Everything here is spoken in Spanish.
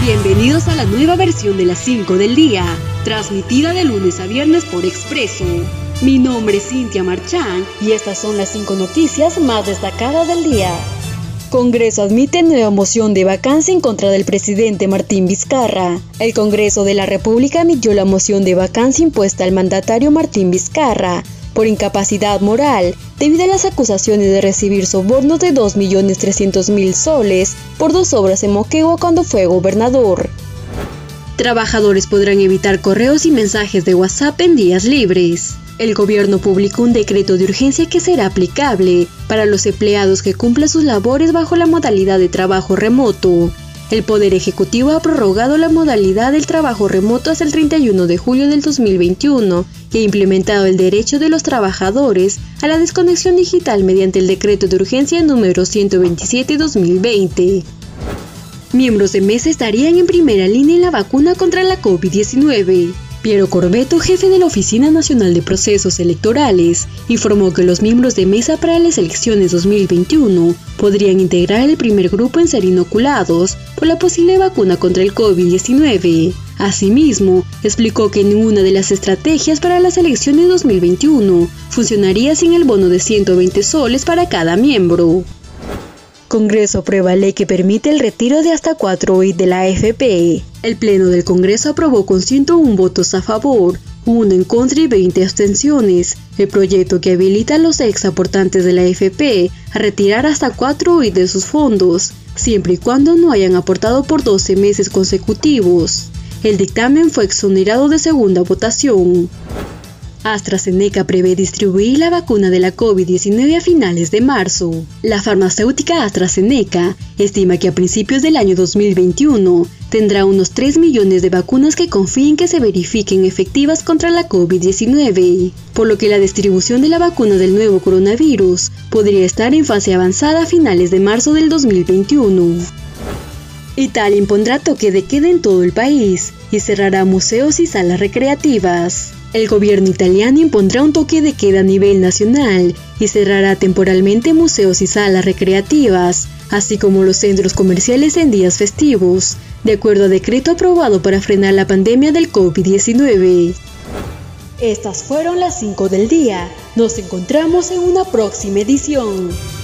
Bienvenidos a la nueva versión de las 5 del día, transmitida de lunes a viernes por Expreso. Mi nombre es Cintia Marchán y estas son las 5 noticias más destacadas del día. Congreso admite nueva moción de vacancia en contra del presidente Martín Vizcarra. El Congreso de la República admitió la moción de vacancia impuesta al mandatario Martín Vizcarra por incapacidad moral, debido a las acusaciones de recibir sobornos de 2.300.000 soles por 2 obras en Moquegua cuando fue gobernador. Trabajadores podrán evitar correos y mensajes de WhatsApp en días libres. El gobierno publicó un decreto de urgencia que será aplicable para los empleados que cumplan sus labores bajo la modalidad de trabajo remoto. El Poder Ejecutivo ha prorrogado la modalidad del trabajo remoto hasta el 31 de julio del 2021 y ha implementado el derecho de los trabajadores a la desconexión digital mediante el decreto de urgencia número 127/2020. Miembros de mesa estarían en primera línea en la vacuna contra la COVID-19. Piero Corbeto, jefe de la Oficina Nacional de Procesos Electorales, informó que los miembros de mesa para las elecciones 2021 podrían integrar el primer grupo en ser inoculados por la posible vacuna contra el COVID-19. Asimismo, explicó que ninguna de las estrategias para las elecciones 2021 funcionaría sin el bono de 120 soles para cada miembro. Congreso aprueba ley que permite el retiro de hasta 4 UIT de la AFP. El Pleno del Congreso aprobó con 101 votos a favor, 1 en contra y 20 abstenciones, el proyecto que habilita a los ex aportantes de la AFP a retirar hasta 4 UIT de sus fondos, siempre y cuando no hayan aportado por 12 meses consecutivos. El dictamen fue exonerado de segunda votación. AstraZeneca prevé distribuir la vacuna de la COVID-19 a finales de marzo. La farmacéutica AstraZeneca estima que a principios del año 2021 tendrá unos 3 millones de vacunas que confíen que se verifiquen efectivas contra la COVID-19, por lo que la distribución de la vacuna del nuevo coronavirus podría estar en fase avanzada a finales de marzo del 2021. Italia impondrá toque de queda en todo el país y cerrará museos y salas recreativas. El gobierno italiano impondrá un toque de queda a nivel nacional y cerrará temporalmente museos y salas recreativas, así como los centros comerciales en días festivos, de acuerdo a decreto aprobado para frenar la pandemia del COVID-19. Estas fueron las 5 del día. Nos encontramos en una próxima edición.